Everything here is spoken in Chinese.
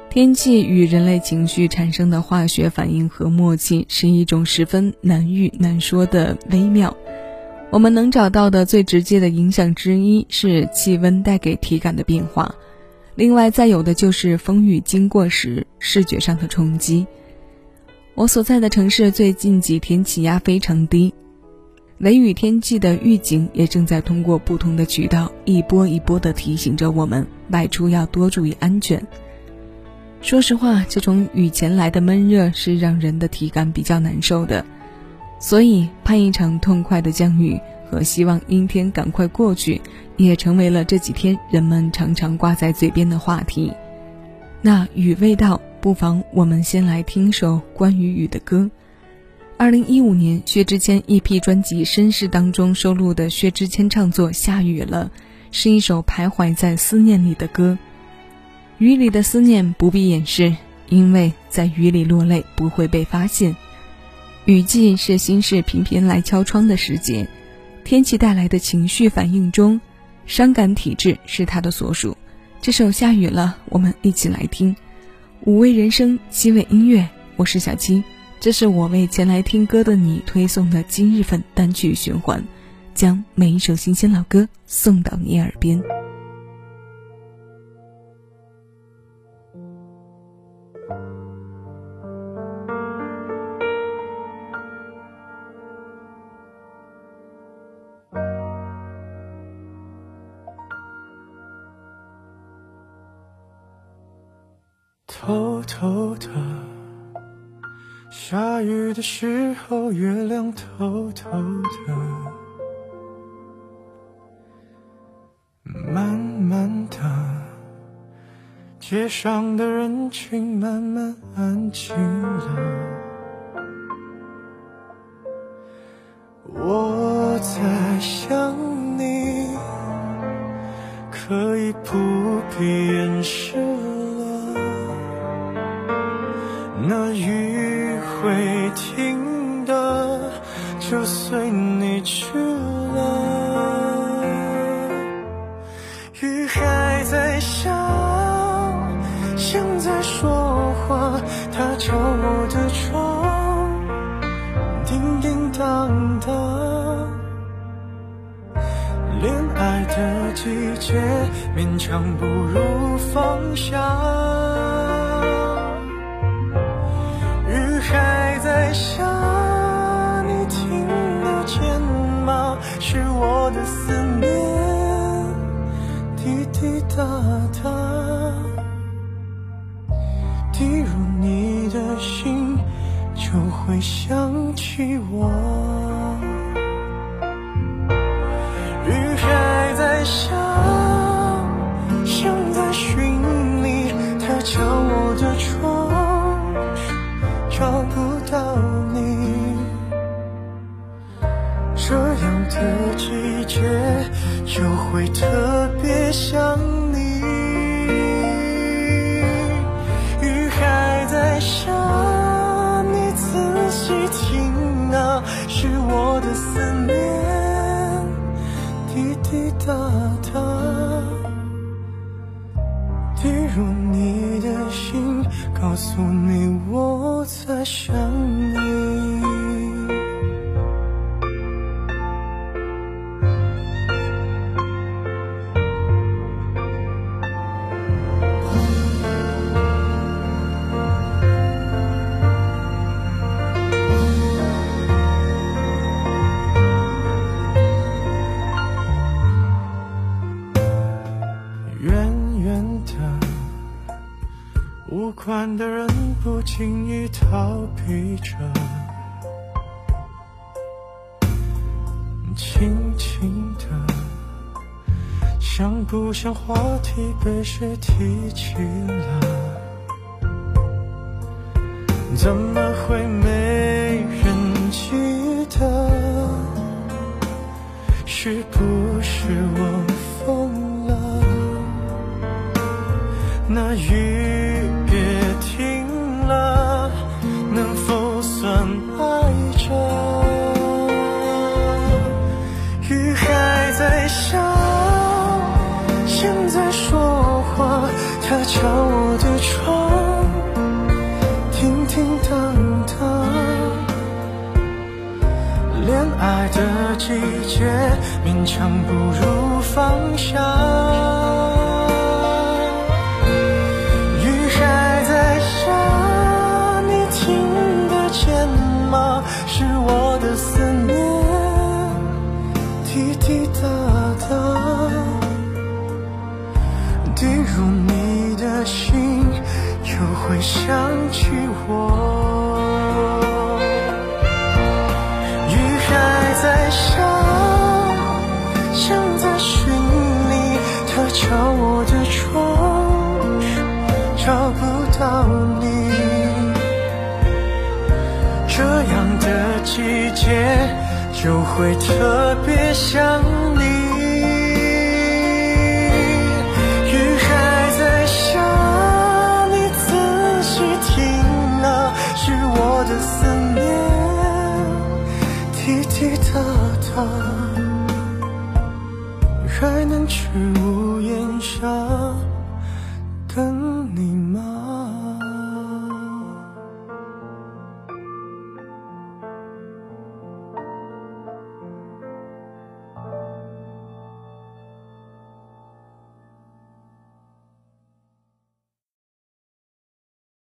天气与人类情绪产生的化学反应和默契是一种十分难遇难说的微妙。我们能找到的最直接的影响之一是气温带给体感的变化，另外再有的就是风雨经过时视觉上的冲击。我所在的城市最近几天气压非常低，雷雨天气的预警也正在通过不同的渠道一波一波地提醒着我们外出要多注意安全。说实话，这种雨前来的闷热是让人的体感比较难受的，所以盼一场痛快的降雨和希望阴天赶快过去，也成为了这几天人们常常挂在嘴边的话题。那雨未到，不妨我们先来听首关于雨的歌。2015年薛之谦 EP 专辑《绅士》当中收录的薛之谦唱作《下雨了》，是一首徘徊在思念里的歌。雨里的思念不必掩饰，因为在雨里落泪不会被发现。雨季是心事频频来敲窗的时节，天气带来的情绪反应中，伤感体质是它的所属。这首《下雨了》，我们一起来听。5味人生，7味音乐，我是小七，这是我为前来听歌的你推送的今日份单曲循环，将每一首新鲜老歌送到你耳边。 偷偷的，下雨的时候，月亮偷偷的，慢慢的，街上的人群慢慢安静了。我在想你，可以不必掩饰了，那雨会停的，就随你去了。雨还在下，像在说话，它敲我的窗，叮叮当当。恋爱的季节，勉强不如放下。雨还在下，你听得见吗？是我的思念，滴滴答答，滴入你的心，就会想起我。雨还在下，像在寻你，它敲我的窗，找不到你。这样的季节，就会特别想你。雨还在下，你仔细听啊，是我的思念，滴滴答答，滴入你的心，告诉你我在想你。无关的人不经意逃避着，轻轻的，像不像话题被谁提起了？怎么会没人记得？是不是我疯了？那雨别停了，能否算爱着？雨还在下，像在说话，它敲我的窗， 爱的季节，勉强不如放下。雨还在下，你听得见吗？是我的思念，滴滴答答，滴入你的心，又会想起我。雨还在下，像在寻你，它敲我的窗，找不到你。这样的季节就会特别想你。雨还在下，你仔细听啊，是我的思念，滴滴答答，还能去屋檐下。